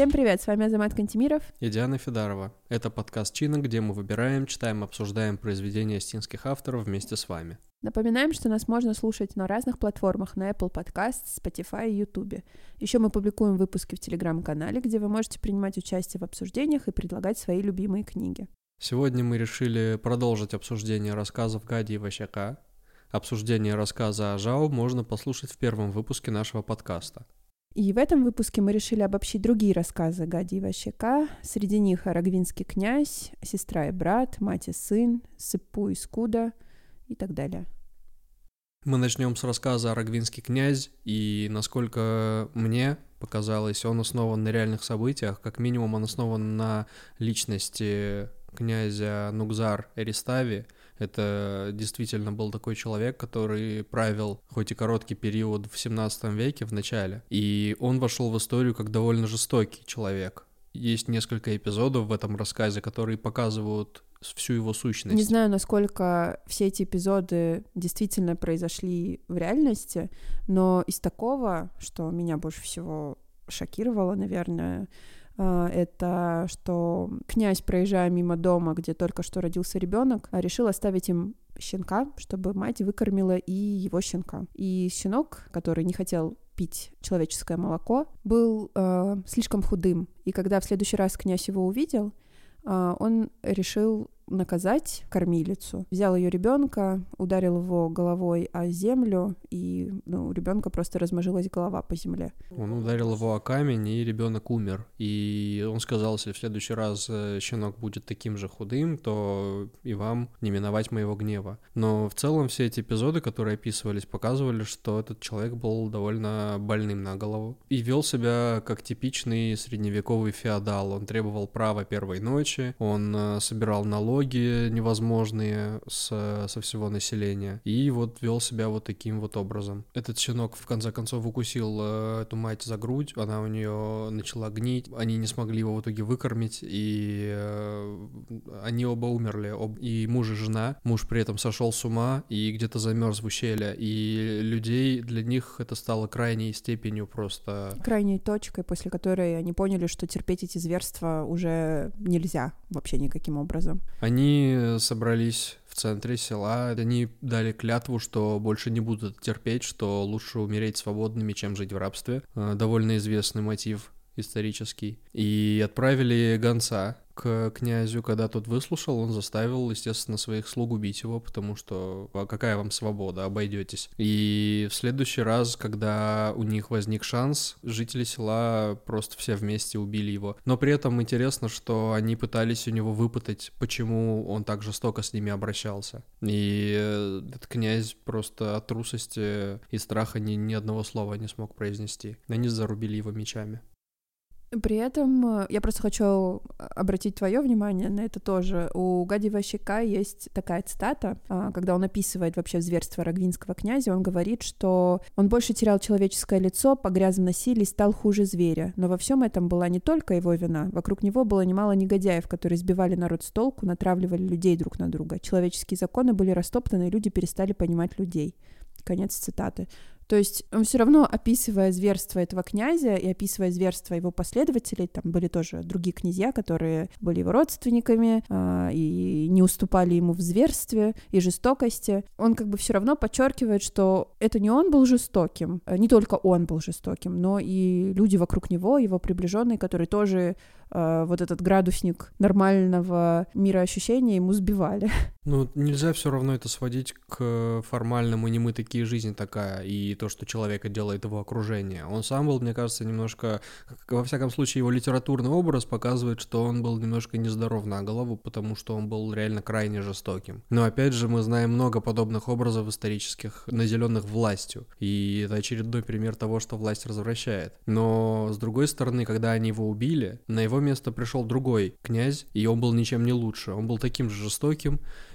Всем привет, с вами Азамат Кантемиров и Диана Федарова. Это подкаст «Чина», где мы выбираем, читаем, обсуждаем произведения астинских авторов вместе с вами. Напоминаем, что нас можно слушать на разных платформах, на Apple Podcasts, Spotify и YouTube. Еще мы публикуем выпуски в Telegram-канале, где вы можете принимать участие в обсуждениях и предлагать свои любимые книги. Сегодня мы решили продолжить обсуждение рассказов Гади Иващака. Обсуждение рассказа Ажау можно послушать в первом выпуске нашего подкаста. И в этом выпуске мы решили обобщить другие рассказы Гади Иващака. Среди них «Арагвинский князь», «Сестра и брат», «Мать и сын», «Сыппу и Скуда» и так далее. Мы начнем с рассказа «Арагвинский князь», и, насколько мне показалось, он основан на реальных событиях. Как минимум, он основан на личности князя Нугзар-Эристави. Это действительно был такой человек, который правил хоть и короткий период в 17 веке в начале, и он вошел в историю как довольно жестокий человек. Есть несколько эпизодов в этом рассказе, которые показывают всю его сущность. Не знаю, насколько все эти эпизоды действительно произошли в реальности, но из такого, что меня больше всего шокировало, наверное, это что князь, проезжая мимо дома, где только что родился ребенок, решил оставить им щенка, чтобы мать выкормила и его щенка. И щенок, который не хотел пить человеческое молоко, был слишком худым. И когда в следующий раз князь его увидел, он решил наказать кормилицу. Взял ее ребенка, ударил его головой о землю, и у ребенка просто размажилась голова по земле. Он ударил его о камень, и ребенок умер. И он сказал, если в следующий раз щенок будет таким же худым, то и вам не миновать моего гнева. Но в целом все эти эпизоды, которые описывались, показывали, что этот человек был довольно больным на голову и вел себя как типичный средневековый феодал. Он требовал права первой ночи, он собирал налоги невозможные со всего населения, и вот вел себя вот таким вот образом. Этот щенок в конце концов укусил эту мать за грудь, она у нее начала гнить, они не смогли его в итоге выкормить, и они оба умерли, и муж и жена. Муж при этом сошел с ума и где-то замерз в ущелье, и людей, для них это стало крайней степенью просто... Крайней точкой, после которой они поняли, что терпеть эти зверства уже нельзя вообще никаким образом. Они собрались в центре села, они дали клятву, что больше не будут терпеть, что лучше умереть свободными, чем жить в рабстве. Довольно известный мотив исторический. И отправили гонца к князю. Когда тот выслушал, он заставил, естественно, своих слуг убить его, потому что какая вам свобода, обойдетесь. И в следующий раз, когда у них возник шанс, жители села просто все вместе убили его. Но при этом интересно, что они пытались у него выпытать, почему он так жестоко с ними обращался. И этот князь просто от трусости и страха ни одного слова не смог произнести. Они зарубили его мечами. При этом я просто хочу обратить твое внимание на это тоже. У Гади Иващака есть такая цитата, когда он описывает вообще зверство арагвинского князя, он говорит, что он больше терял человеческое лицо, погряз в насилии, стал хуже зверя. Но во всем этом была не только его вина. Вокруг него было немало негодяев, которые сбивали народ с толку, натравливали людей друг на друга. Человеческие законы были растоптаны, и люди перестали понимать людей. Конец цитаты. То есть он все равно, описывая зверство этого князя и описывая зверство его последователей, там были тоже другие князья, которые были его родственниками и не уступали ему в зверстве и жестокости, он как бы все равно подчеркивает, что это не он был жестоким, не только он был жестоким, но и люди вокруг него, его приближенные, которые тоже вот этот градусник нормального мироощущения ему сбивали. Ну, нельзя все равно это сводить к формальному «не мы такие, жизнь такая», и то, что человека делает его окружение. Он сам был, мне кажется, немножко... Во всяком случае, его литературный образ показывает, что он был немножко нездоров на голову, потому что он был реально крайне жестоким. Но, опять же, мы знаем много подобных образов исторических, наделенных властью, и это очередной пример того, что власть развращает. Но, с другой стороны, когда они его убили, на его место пришел другой князь, и он был ничем не лучше. Он был таким же жестоким,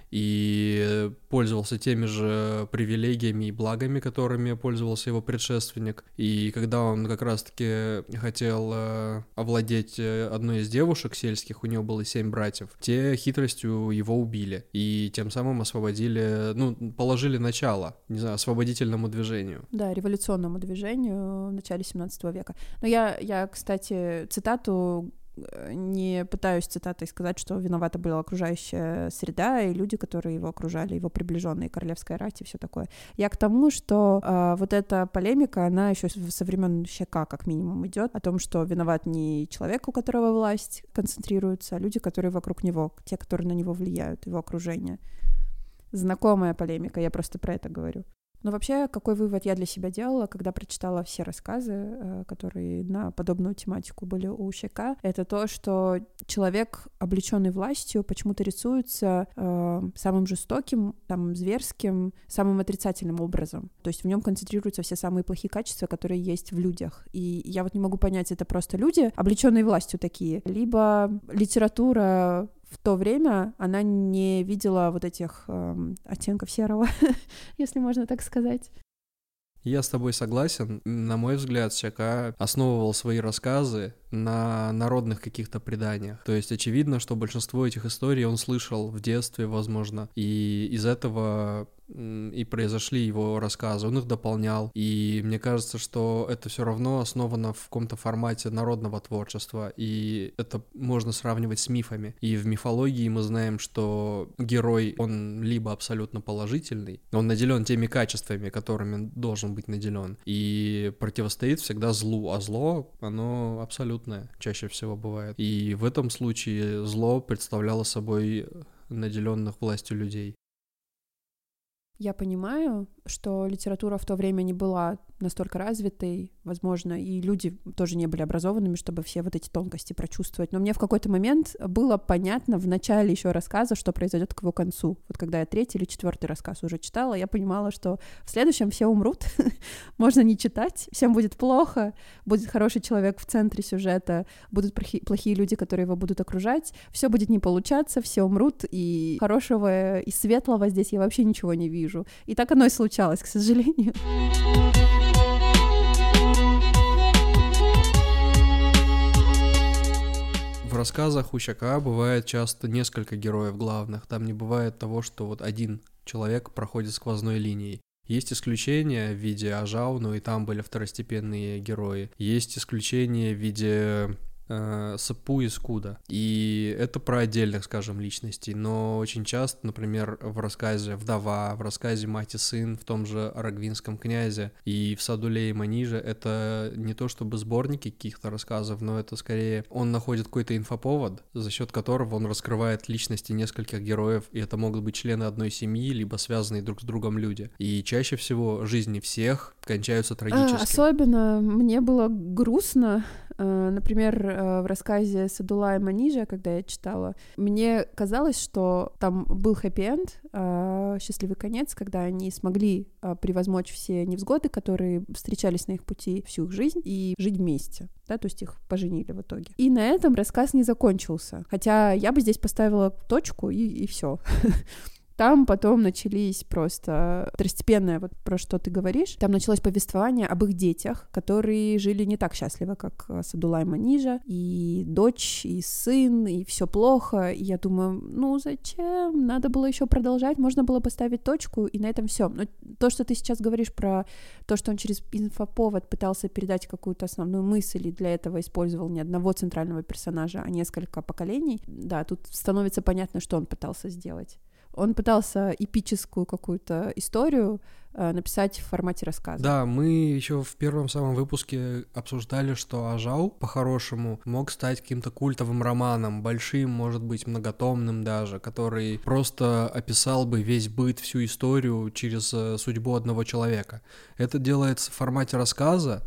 и пользовался теми же привилегиями и благами, которыми пользовался его предшественник. И когда он как раз-таки хотел овладеть одной из девушек сельских, у него было 7 братьев, те хитростью его убили, и тем самым освободили, положили начало, не знаю, освободительному движению. Да, революционному движению в начале 17 века. Но я, кстати, цитату не пытаюсь цитатой сказать, что виновата была окружающая среда и люди, которые его окружали, его приближенные, королевская рать и все такое. Я к тому, что вот эта полемика, она еще со времен ЩК как минимум идет о том, что виноват не человек, у которого власть концентрируется, а люди, которые вокруг него, те, которые на него влияют, его окружение. Знакомая полемика, я просто про это говорю. Но вообще, какой вывод я для себя делала, когда прочитала все рассказы, которые на подобную тематику были у ЩК, это то, что человек, облеченный властью, почему-то рисуется самым жестоким, самым зверским, самым отрицательным образом. То есть в нем концентрируются все самые плохие качества, которые есть в людях. И я вот не могу понять, это просто люди, облеченные властью такие, либо литература в то время она не видела вот этих оттенков серого, если можно так сказать. Я с тобой согласен. На мой взгляд, ЩК основывал свои рассказы на народных каких-то преданиях. То есть очевидно, что большинство этих историй он слышал в детстве, возможно, и из этого и произошли его рассказы, он их дополнял, и мне кажется, что это все равно основано в каком-то формате народного творчества, и это можно сравнивать с мифами. И в мифологии мы знаем, что герой, он либо абсолютно положительный, он наделен теми качествами, которыми должен быть наделен, и противостоит всегда злу, а зло, оно абсолютное, чаще всего бывает. И в этом случае зло представляло собой наделенных властью людей. Я понимаю, что литература в то время не была настолько развитой, возможно, и люди тоже не были образованными, чтобы все вот эти тонкости прочувствовать. Но мне в какой-то момент было понятно в начале еще рассказа, что произойдет к его концу. Вот когда я 3-й или 4-й рассказ уже читала, я понимала, что в следующем все умрут, можно не читать, всем будет плохо, будет хороший человек в центре сюжета, будут плохие люди, которые его будут окружать, все будет не получаться, все умрут, и хорошего и светлого здесь я вообще ничего не вижу. И так оно и случалось, к сожалению. В рассказах у ЩК бывает часто несколько героев главных. Там не бывает того, что вот один человек проходит сквозной линией. Есть исключения в виде Ажау, но и там были второстепенные герои. Есть исключения в виде Сэппу и Скуда. И это про отдельных, скажем, личностей. Но очень часто, например, в рассказе «Вдова», в рассказе «Мать и сын», в том же «Рагвинском князе» и в «Садуле и Маниже» это не то чтобы сборники каких-то рассказов, но это скорее он находит какой-то инфоповод, за счет которого он раскрывает личности нескольких героев, и это могут быть члены одной семьи, либо связанные друг с другом люди. И чаще всего жизни всех кончаются трагически. Особенно мне было грустно, например, в рассказе «Садула и Манижа», когда я читала, мне казалось, что там был хэппи-энд, счастливый конец, когда они смогли превозмочь все невзгоды, которые встречались на их пути всю их жизнь, и жить вместе, да, то есть их поженили в итоге. И на этом рассказ не закончился, хотя я бы здесь поставила точку, и все. Там потом начались просто второстепенное, вот про что ты говоришь, там началось повествование об их детях, которые жили не так счастливо, как Садула и Манижа, и дочь, и сын, и все плохо, и я думаю, зачем? Надо было еще продолжать, можно было поставить точку, и на этом все. Но то, что ты сейчас говоришь про то, что он через инфоповод пытался передать какую-то основную мысль, и для этого использовал не одного центрального персонажа, а несколько поколений, да, тут становится понятно, что он пытался сделать. Он пытался эпическую какую-то историю написать в формате рассказа. Да, мы еще в первом самом выпуске обсуждали, что Ажау, по-хорошему, мог стать каким-то культовым романом, большим, может быть, многотомным даже, который просто описал бы весь быт, всю историю через судьбу одного человека. Это делается в формате рассказа,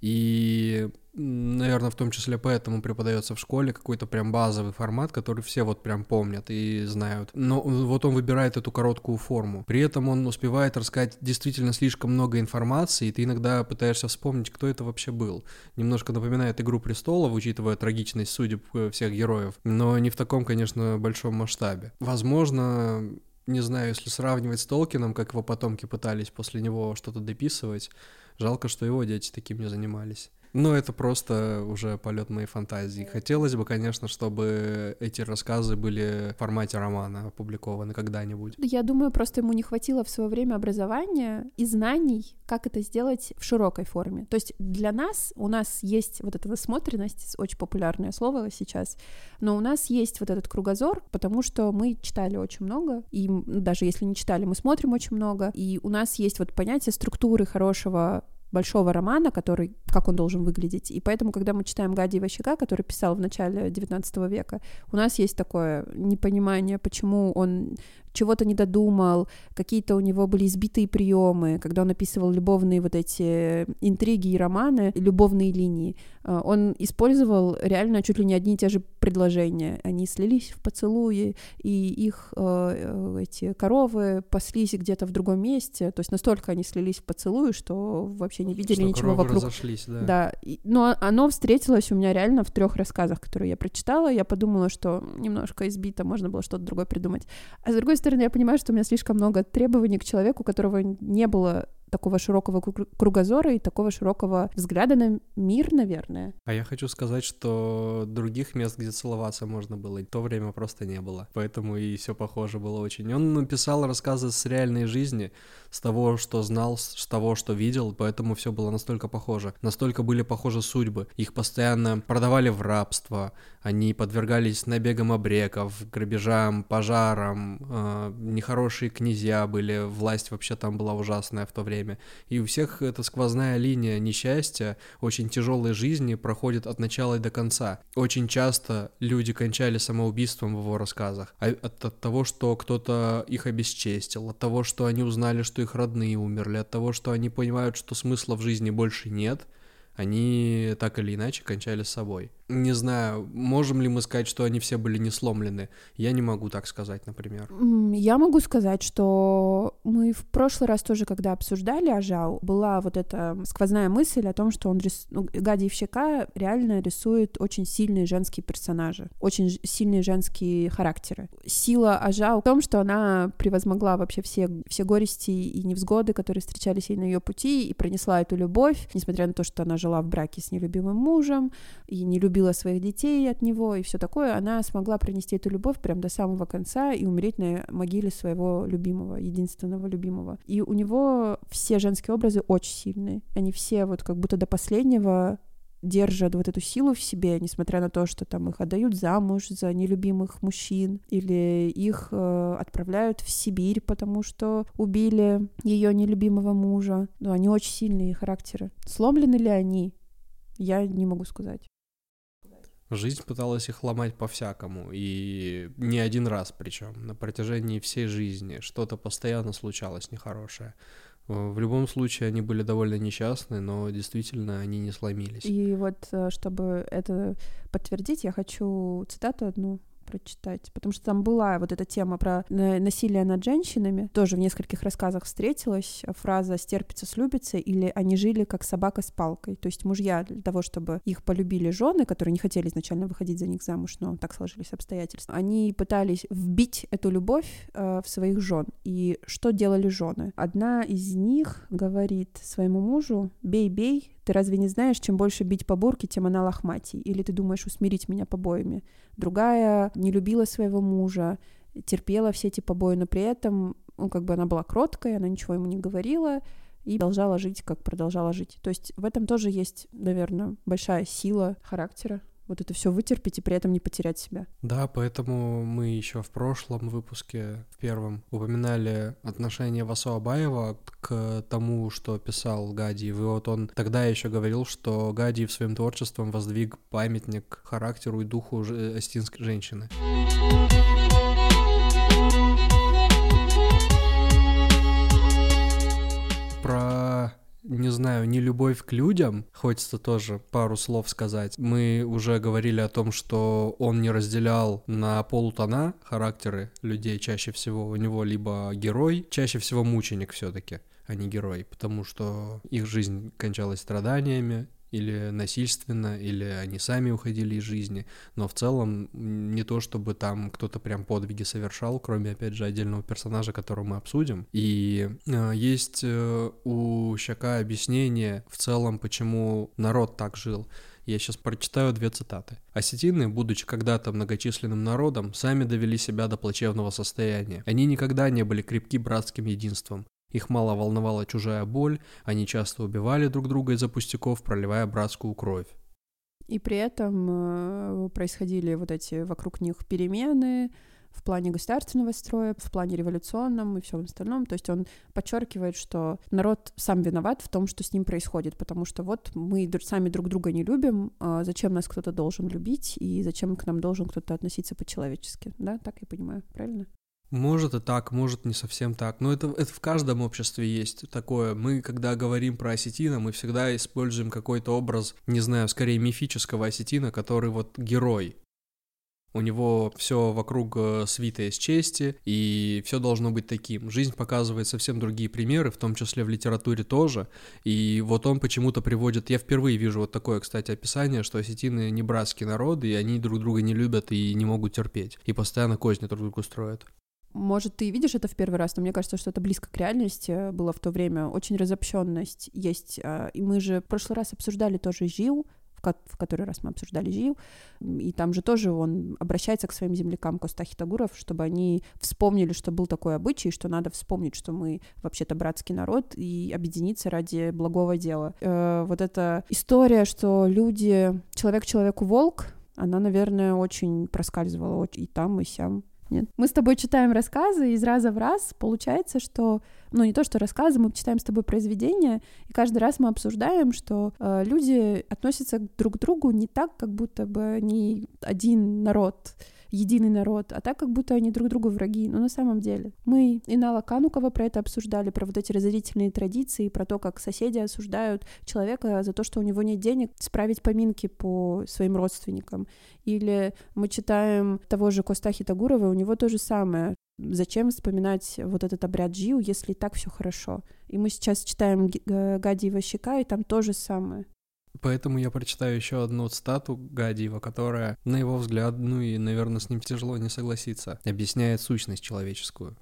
и, наверное, в том числе поэтому преподается в школе какой-то прям базовый формат, который все вот прям помнят и знают. Но вот он выбирает эту короткую форму. При этом он успевает рассказать действительно слишком много информации, и ты иногда пытаешься вспомнить, кто это вообще был. Немножко напоминает «Игру престолов», учитывая трагичность судеб всех героев, но не в таком, конечно, большом масштабе. Возможно, Не знаю, если сравнивать с Толкином, как его потомки пытались после него что-то дописывать, жалко, что его дети таким не занимались. Но это просто уже полет моей фантазии. Хотелось бы, конечно, чтобы эти рассказы были в формате романа опубликованы когда-нибудь. Я думаю, просто ему не хватило в свое время образования и знаний, как это сделать в широкой форме. То есть для нас, у нас есть вот эта насмотренность, очень популярное слово сейчас, но у нас есть вот этот кругозор, потому что мы читали очень много, и даже если не читали, мы смотрим очень много, и у нас есть вот понятие структуры хорошего большого романа, который, как он должен выглядеть. И поэтому, когда мы читаем Гади Иващика, который писал в начале XIX века, у нас есть такое непонимание, почему он чего-то не додумал, какие-то у него были избитые приемы, когда он описывал любовные вот эти интриги и романы, любовные линии. Он использовал реально чуть ли не одни и те же предложения. Они слились в поцелуи, и их эти коровы паслись где-то в другом месте. То есть настолько они слились в поцелуи, что вообще не видели что ничего вокруг. Разошлись, да. Да. Но оно встретилось у меня реально в 3 рассказах, которые я прочитала. Я подумала, что немножко избито, можно было что-то другое придумать. А с другой стороны, я понимаю, что у меня слишком много требований к человеку, у которого не было такого широкого кругозора и такого широкого взгляда на мир, наверное. А я хочу сказать, что других мест, где целоваться можно было, в то время просто не было. Поэтому и все похоже было очень. Он написал рассказы с реальной жизни, с того, что знал, с того, что видел, поэтому все было настолько похоже. Настолько были похожи судьбы. Их постоянно продавали в рабство, они подвергались набегам абреков, грабежам, пожарам, нехорошие князья были, власть вообще там была ужасная в то время. И у всех эта сквозная линия несчастья, очень тяжелой жизни проходит от начала и до конца. Очень часто люди кончали самоубийством в его рассказах. От того, что кто-то их обесчестил, от того, что они узнали, что их родные умерли, от того, что они понимают, что смысла в жизни больше нет, они так или иначе кончали с собой. Не знаю, можем ли мы сказать, что они все были не сломлены. Я не могу так сказать, например. Я могу сказать, что мы в прошлый раз тоже, когда обсуждали Ажау, была вот эта сквозная мысль о том, что Гади Иващика реально рисует очень сильные женские персонажи, очень сильные женские характеры. Сила Ажау в том, что она превозмогла вообще все горести и невзгоды, которые встречались ей на ее пути, и пронесла эту любовь, несмотря на то, что она жила в браке с нелюбимым мужем и не любила своих детей от него и все такое, она смогла пронести эту любовь прям до самого конца и умереть на могиле своего любимого, единственного любимого. И у него все женские образы очень сильные. Они все вот как будто до последнего держат вот эту силу в себе, несмотря на то, что там их отдают замуж за нелюбимых мужчин или их отправляют в Сибирь, потому что убили ее нелюбимого мужа. Но они очень сильные характеры. Сломлены ли они? Я не могу сказать. Жизнь пыталась их ломать по-всякому, и не один раз причем, на протяжении всей жизни что-то постоянно случалось нехорошее. В любом случае они были довольно несчастны, но действительно они не сломились. И вот, чтобы это подтвердить, я хочу цитату одну прочитать, потому что там была вот эта тема про насилие над женщинами, тоже в нескольких рассказах встретилась фраза «стерпится, слюбится» или «они жили как собака с палкой». То есть мужья для того, чтобы их полюбили жены, которые не хотели изначально выходить за них замуж, но так сложились обстоятельства, они пытались вбить эту любовь в своих жен. И что делали жены? Одна из них говорит своему мужу: «Бей, бей, ты разве не знаешь, чем больше бить по бурке, тем она лохматей? Или ты думаешь усмирить меня побоями?» Другая не любила своего мужа, терпела все эти побои, но при этом, как бы она была кроткой, она ничего ему не говорила и продолжала жить, как продолжала жить. То есть в этом тоже есть, наверное, большая сила характера. Вот это все вытерпеть и при этом не потерять себя. Да, поэтому мы еще в прошлом выпуске, в первом, упоминали отношение Васо Абаева к тому, что писал Гадиев. И вот он тогда еще говорил, что Гадиев своим творчеством воздвиг памятник характеру и духу остинской женщины. Про... не знаю, нелюбовь к людям, хочется тоже пару слов сказать. Мы уже говорили о том, что он не разделял на полутона характеры людей чаще всего. У него либо герой, чаще всего мученик все-таки, а не герой, потому что их жизнь кончалась страданиями, или насильственно, или они сами уходили из жизни, но в целом не то, чтобы там кто-то прям подвиги совершал, кроме, опять же, отдельного персонажа, которого мы обсудим. И есть у Щака объяснение в целом, почему народ так жил. Я сейчас прочитаю 2 цитаты. «Осетины, будучи когда-то многочисленным народом, сами довели себя до плачевного состояния. Они никогда не были крепки братским единством. Их мало волновала чужая боль, они часто убивали друг друга из-за пустяков, проливая братскую кровь». И при этом происходили вот эти вокруг них перемены в плане государственного строя, в плане революционном и всем остальном. То есть он подчеркивает, что народ сам виноват в том, что с ним происходит, потому что вот мы сами друг друга не любим, зачем нас кто-то должен любить и зачем к нам должен кто-то относиться по-человечески. Да, так я понимаю, правильно? Может и так, может не совсем так, но это в каждом обществе есть такое. Мы, когда говорим про осетина, мы всегда используем какой-то образ, не знаю, скорее мифического осетина, который вот герой. У него все вокруг свито из чести, и все должно быть таким. Жизнь показывает совсем другие примеры, в том числе в литературе тоже. И вот он почему-то приводит... Я впервые вижу вот такое, кстати, описание, что осетины не братский народ, и они друг друга не любят и не могут терпеть. И постоянно козни друг другу строят. Может, ты видишь это в первый раз, но мне кажется, что это близко к реальности было в то время. Очень разобщенность есть. И мы же в прошлый раз обсуждали тоже ЖИУ, в который раз мы обсуждали ЖИУ, и там же тоже он обращается к своим землякам, Костахи Тагуров, чтобы они вспомнили, что был такой обычай, что надо вспомнить, что мы вообще-то братский народ, и объединиться ради благого дела. Вот эта история, что люди, человек человеку волк, она, наверное, очень проскальзывала и там, и сям. Нет. Мы с тобой читаем рассказы, и из раза в раз получается, что... Ну, не то, что рассказы, мы читаем с тобой произведения, и каждый раз мы обсуждаем, что люди относятся друг к другу не так, как будто бы они один народ, единый народ, а так, как будто они друг другу враги. Но на самом деле мы и на Канукова про это обсуждали, про вот эти разорительные традиции, про то, как соседи осуждают человека за то, что у него нет денег справить поминки по своим родственникам. Или мы читаем того же Костахи Тагурова, у него то же самое. Зачем вспоминать вот этот обряд ЖИУ, если и так все хорошо? И мы сейчас читаем Гадиева Щека, и там то же самое. Поэтому я прочитаю еще одну цитату Гадиева, которая, на его взгляд, ну и, наверное, с ним тяжело не согласиться, объясняет сущность человеческую.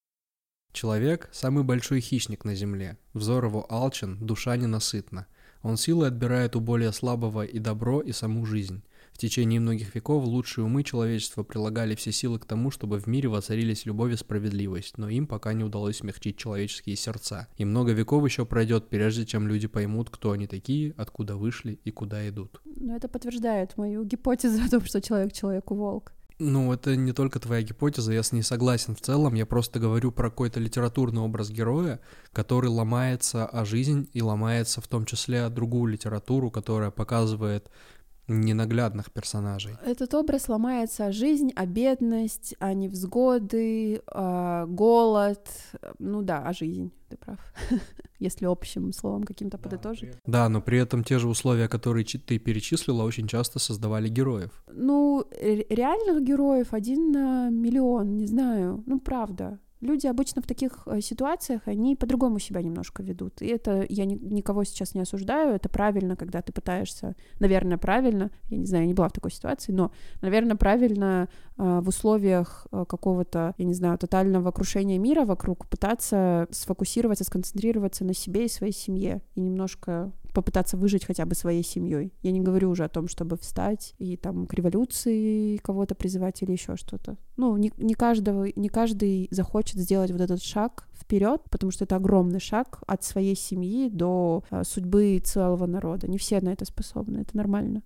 «Человек – самый большой хищник на земле. Взор его алчен, душа ненасытна. Он силой отбирает у более слабого и добро, и саму жизнь. В течение многих веков лучшие умы человечества прилагали все силы к тому, чтобы в мире воцарились любовь и справедливость, но им пока не удалось смягчить человеческие сердца. И много веков еще пройдет, прежде чем люди поймут, кто они такие, откуда вышли и куда идут». Но это подтверждает мою гипотезу о том, что человек человеку волк. Ну, это не только твоя гипотеза, я с ней согласен в целом, я просто говорю про какой-то литературный образ героя, который ломается о жизнь и ломается в том числе о другую литературу, которая показывает ненаглядных персонажей. Этот образ ломается о жизнь, о бедность, о невзгоды, о голод. Ну да, о жизнь, ты прав. Если общим словом каким-то подытожить. Да, но при этом те же условия, которые ты перечислила, очень часто создавали героев. Ну, реальных героев 1 на миллион, не знаю. Ну, правда. Люди обычно в таких ситуациях, они по-другому себя немножко ведут. И это я никого сейчас не осуждаю, это правильно, когда ты пытаешься, наверное, правильно, я не знаю, я не была в такой ситуации, но, наверное, правильно в условиях какого-то, я не знаю, тотального крушения мира вокруг пытаться сфокусироваться, сконцентрироваться на себе и своей семье, и немножко попытаться выжить хотя бы своей семьей. Я не говорю уже о том, чтобы встать и там к революции кого-то призывать или еще что-то. Ну, не каждый захочет сделать вот этот шаг вперед, потому что это огромный шаг от своей семьи до судьбы целого народа. Не все на это способны, это нормально.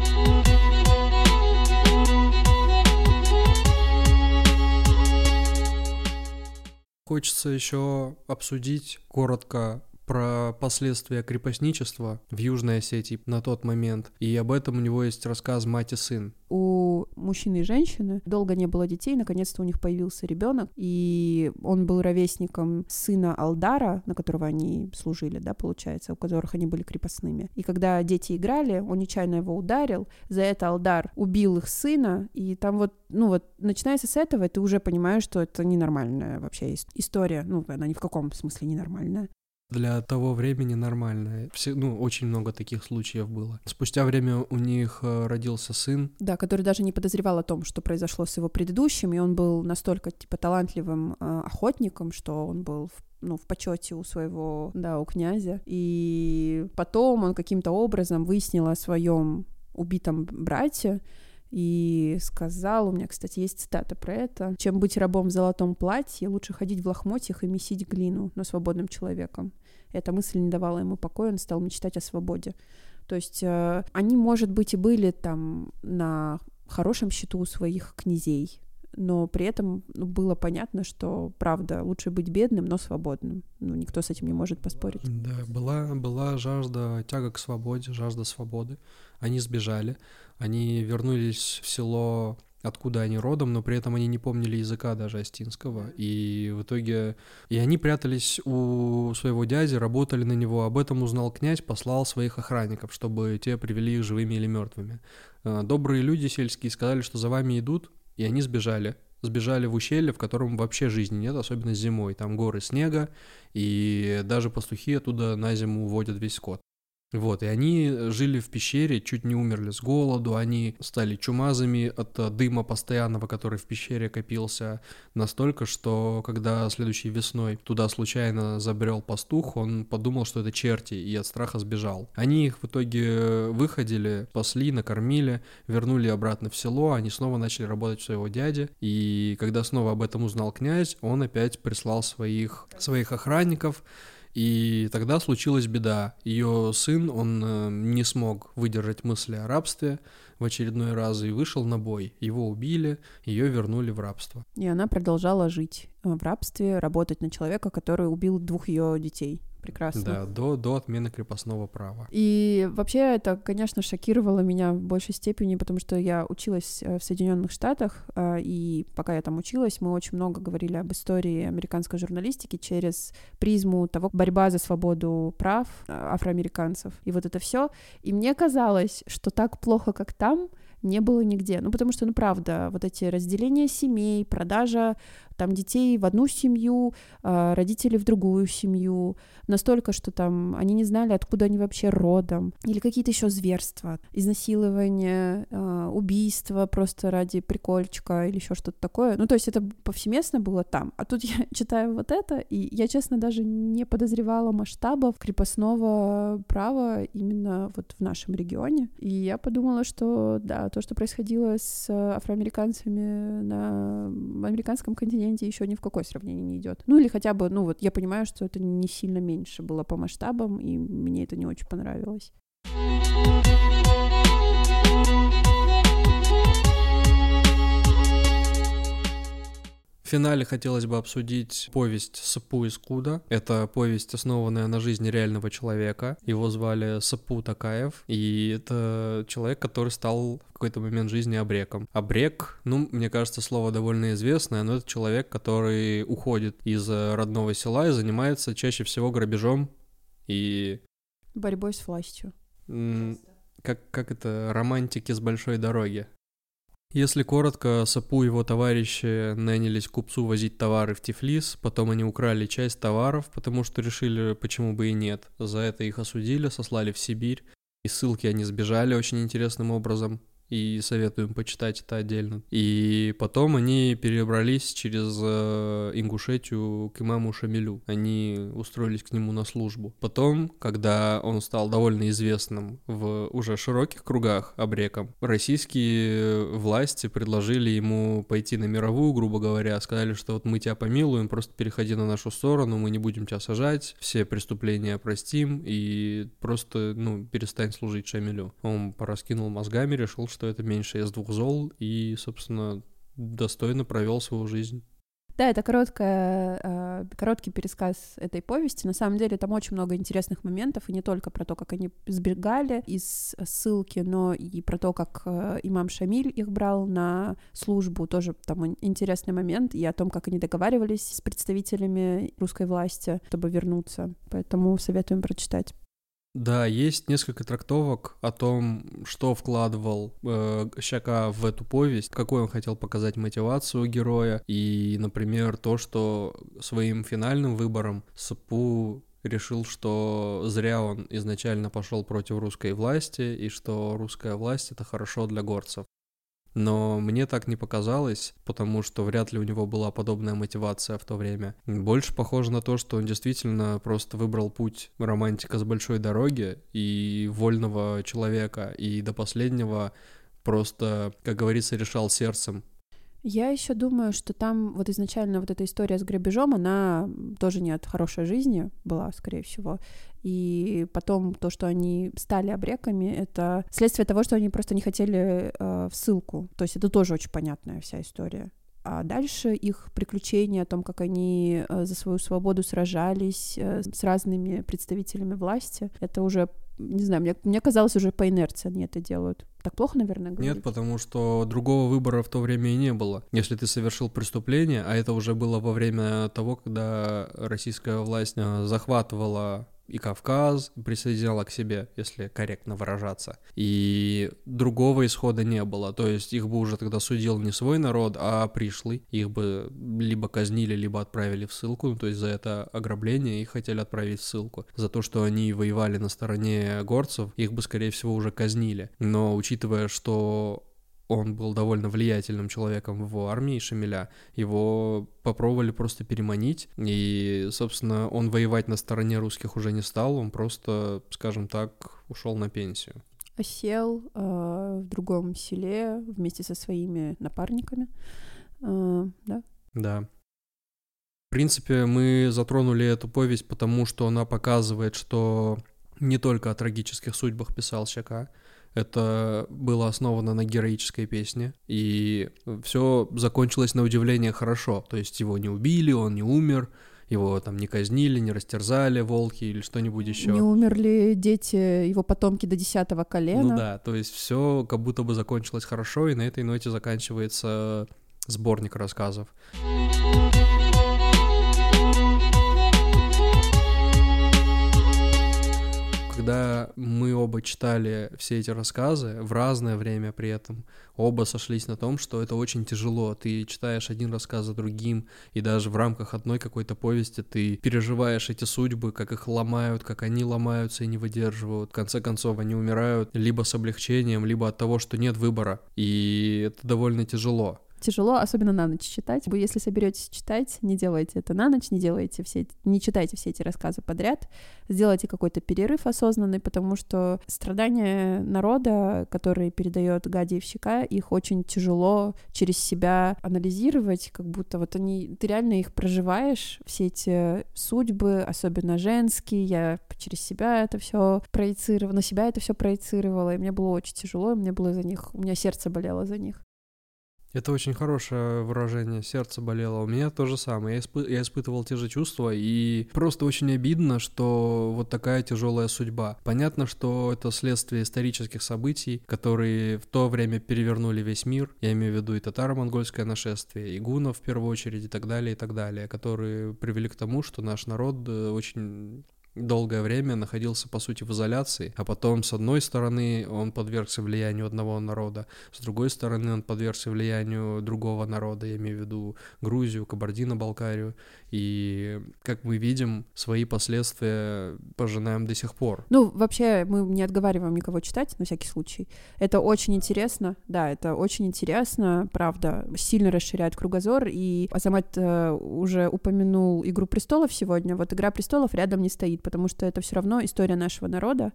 Хочется еще обсудить коротко про последствия крепостничества в Южной Осетии на тот момент. И об этом у него есть рассказ «Мать и сын». У мужчины и женщины долго не было детей, наконец-то у них появился ребенок, и он был ровесником сына Алдара, на которого они служили, да, получается, у которых они были крепостными. И когда дети играли, он нечаянно его ударил, за это Алдар убил их сына, и там вот, ну вот, начинается с этого, ты уже понимаешь, что это ненормальная вообще история, ну, она ни в каком смысле ненормальная. для того времени нормально. Очень много таких случаев было. Спустя время у них родился сын. Да, который даже не подозревал о том, что произошло с его предыдущим, и он был настолько, талантливым охотником, что он был в почете у своего, у князя. И потом он каким-то образом выяснил о своем убитом брате, и сказал, у меня, кстати, есть цитата про это: «Чем быть рабом в золотом платье, лучше ходить в лохмотьях и месить глину, но свободным человеком». Эта мысль не давала ему покоя, он стал мечтать о свободе. То есть они, может быть, и были там на хорошем счету у своих князей, но при этом было понятно, что, правда, лучше быть бедным, но свободным. Никто с этим не может поспорить. Да, была жажда, тяга к свободе, жажда свободы. Они сбежали, они вернулись в село, откуда они родом, но при этом они не помнили языка даже астинского, и в итоге... И они прятались у своего дяди, работали на него, об этом узнал князь, послал своих охранников, чтобы те привели их живыми или мертвыми. Добрые люди сельские сказали, что за вами идут, и они сбежали. Сбежали в ущелье, в котором вообще жизни нет, особенно зимой. Там горы снега, и даже пастухи оттуда на зиму уводят весь скот. И они жили в пещере, чуть не умерли с голоду, они стали чумазами от дыма постоянного, который в пещере копился, настолько, что когда следующей весной туда случайно забрел пастух, он подумал, что это черти, и от страха сбежал. Они их в итоге выходили, спасли, накормили, вернули обратно в село, они снова начали работать у своего дяди, и когда снова об этом узнал князь, он опять прислал своих охранников. И тогда случилась беда. Ее сын, он не смог выдержать мысли о рабстве в очередной раз и вышел на бой. Его убили, ее вернули в рабство. И она продолжала жить в рабстве, работать на человека, который убил 2 ее детей. Прекрасно. Да, до отмены крепостного права. И вообще это, конечно, шокировало меня в большей степени, потому что я училась в Соединенных Штатах, и пока я там училась, мы очень много говорили об истории американской журналистики через призму того, борьба за свободу прав афроамериканцев. И вот это все. И мне казалось, что так плохо, как там, не было нигде. Потому что, правда, вот эти разделения семей, продажа там детей в одну семью, родителей в другую семью, настолько, что там они не знали, откуда они вообще родом, или какие-то еще зверства, изнасилования, убийства просто ради прикольчика или еще что-то такое. То есть это повсеместно было там. А тут я читаю вот это, и я, честно, даже не подозревала масштабов крепостного права именно вот в нашем регионе. И я подумала, что да, то, что происходило с афроамериканцами на американском континенте, еще ни в какое сравнение не идет. Или хотя бы, я понимаю, что это не сильно меньше было по масштабам, и мне это не очень понравилось. В финале хотелось бы обсудить повесть «Сапу из Куда». Это повесть, основанная на жизни реального человека. Его звали Сапу Такаев, и это человек, который стал в какой-то момент жизни абреком. Абрек, мне кажется, слово довольно известное, но это человек, который уходит из родного села и занимается чаще всего грабежом и... борьбой с властью. Как это? Романтики с большой дороги. Если коротко, Сапу и его товарищи нанялись купцу возить товары в Тифлис, потом они украли часть товаров, потому что решили, почему бы и нет. За это их осудили, сослали в Сибирь. Из ссылки они сбежали очень интересным образом, и советуем почитать это отдельно. И потом они перебрались через Ингушетию к имаму Шамилю. Они устроились к нему на службу. Потом, когда он стал довольно известным в уже широких кругах абреком, российские власти предложили ему пойти на мировую, грубо говоря, сказали, что вот мы тебя помилуем, просто переходи на нашу сторону, мы не будем тебя сажать, все преступления простим и просто, перестань служить Шамилю. Он пораскинул мозгами, решил, что это меньше из 2 зол, и, собственно, достойно провел свою жизнь. Да, это короткий пересказ этой повести. На самом деле там очень много интересных моментов, и не только про то, как они сбегали из ссылки, но и про то, как имам Шамиль их брал на службу. Тоже там интересный момент, и о том, как они договаривались с представителями русской власти, чтобы вернуться. Поэтому советуем прочитать. Да, есть несколько трактовок о том, что вкладывал Щака в эту повесть, какой он хотел показать мотивацию героя, и, например, то, что своим финальным выбором Сапу решил, что зря он изначально пошел против русской власти, и что русская власть — это хорошо для горцев. Но мне так не показалось, потому что вряд ли у него была подобная мотивация в то время. Больше похоже на то, что он действительно просто выбрал путь романтика с большой дороги и вольного человека, и до последнего просто, как говорится, решал сердцем. Я еще думаю, что там вот изначально вот эта история с грабежом, она тоже не от хорошей жизни была, скорее всего. И потом то, что они стали абреками, это следствие того, что они просто не хотели в ссылку. То есть это тоже очень понятная вся история. А дальше их приключения о том, как они за свою свободу сражались с разными представителями власти, это уже, не знаю, мне казалось, уже по инерции они это делают. Так плохо, наверное, говорить? Нет, потому что другого выбора в то время и не было. Если ты совершил преступление, а это уже было во время того, когда российская власть захватывала и Кавказ, присоединяла к себе, если корректно выражаться. И другого исхода не было. То есть их бы уже тогда судил не свой народ, а пришлый. Их бы либо казнили, либо отправили в ссылку. Ну, то есть за это ограбление их хотели отправить в ссылку. За то, что они воевали на стороне горцев, их бы, скорее всего, уже казнили. Но учитывая, что он был довольно влиятельным человеком в армии Шамиля, его попробовали просто переманить, и, собственно, он воевать на стороне русских уже не стал, он просто, скажем так, ушел на пенсию. Осел в другом селе вместе со своими напарниками, да? Да. В принципе, мы затронули эту повесть, потому что она показывает, что не только о трагических судьбах писал Щека. Это было основано на героической песне, и все закончилось на удивление хорошо. То есть его не убили, он не умер, его там не казнили, не растерзали волки или что-нибудь еще. Не умерли дети, его потомки до 10-го колена. Ну да, то есть все как будто бы закончилось хорошо, и на этой ноте заканчивается сборник рассказов. Когда мы оба читали все эти рассказы, в разное время при этом, оба сошлись на том, что это очень тяжело. Ты читаешь один рассказ за другим, и даже в рамках одной какой-то повести ты переживаешь эти судьбы, как их ломают, как они ломаются и не выдерживают. В конце концов, они умирают либо с облегчением, либо от того, что нет выбора. И это довольно тяжело. Тяжело, особенно на ночь читать. Если соберетесь читать, не делайте это на ночь, не читайте все эти рассказы подряд, сделайте какой-то перерыв осознанный, потому что страдания народа, которые передает Гадиев Щека, их очень тяжело через себя анализировать, как будто вот ты реально их проживаешь, все эти судьбы, особенно женские, я через себя это все проецировала, на себя это все проецировала, и мне было очень тяжело, у меня сердце болело за них. Это очень хорошее выражение, сердце болело. У меня то же самое, я испытывал те же чувства, и просто очень обидно, что вот такая тяжелая судьба. Понятно, что это следствие исторических событий, которые в то время перевернули весь мир. Я имею в виду и татаро-монгольское нашествие, и гуннов в первую очередь, и так далее, которые привели к тому, что наш народ очень долгое время находился, по сути, в изоляции, а потом, с одной стороны, он подвергся влиянию одного народа, с другой стороны, он подвергся влиянию другого народа, я имею в виду Грузию, Кабардино-Балкарию, и, как мы видим, свои последствия пожинаем до сих пор. Ну, вообще, мы не отговариваем никого читать, на всякий случай. Это очень интересно, да, это очень интересно, правда, сильно расширяет кругозор, и Азамат уже упомянул «Игру престолов» сегодня, вот «Игра престолов» рядом не стоит, потому что это все равно история нашего народа,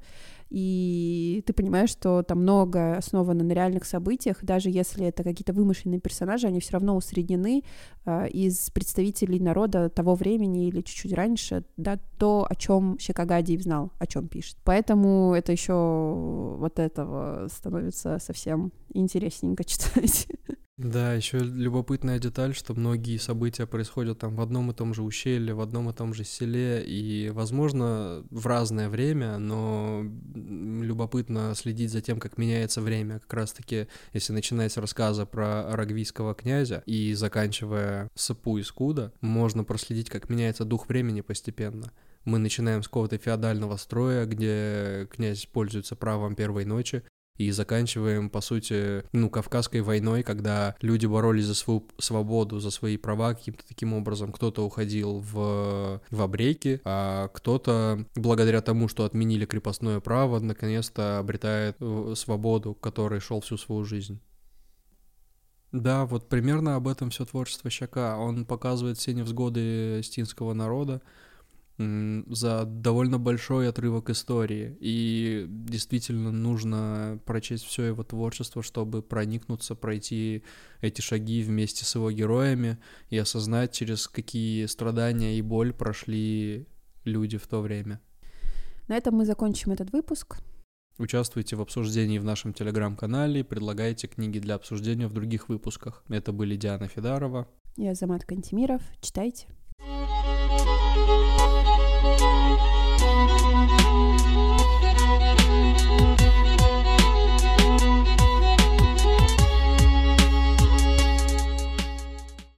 и ты понимаешь, что там многое основано на реальных событиях, даже если это какие-то вымышленные персонажи, они все равно усреднены из представителей народа того времени или чуть-чуть раньше, да, то, о чем Щека Гадиев знал, о чем пишет. Поэтому это еще вот этого становится совсем интересненько читать. Да, еще любопытная деталь, что многие события происходят там в одном и том же ущелье, в одном и том же селе, и, возможно, в разное время, но любопытно следить за тем, как меняется время. Как раз-таки, если начинать с рассказа про арагвийского князя и заканчивая Сапу и Скуда, можно проследить, как меняется дух времени постепенно. Мы начинаем с какого-то феодального строя, где князь пользуется правом первой ночи, и заканчиваем, по сути, Кавказской войной, когда люди боролись за свою свободу, за свои права каким-то таким образом. Кто-то уходил в абреки, а кто-то, благодаря тому, что отменили крепостное право, наконец-то обретает свободу, к которой шел всю свою жизнь. Да, вот примерно об этом все творчество Щака. Он показывает все невзгоды стинского народа за довольно большой отрывок истории. И действительно нужно прочесть все его творчество, чтобы проникнуться, пройти эти шаги вместе с его героями и осознать, через какие страдания и боль прошли люди в то время. На этом мы закончим этот выпуск. Участвуйте в обсуждении в нашем телеграм-канале, предлагайте книги для обсуждения в других выпусках. Это были Диана Федарова Я Азамат Кантемиров. Читайте.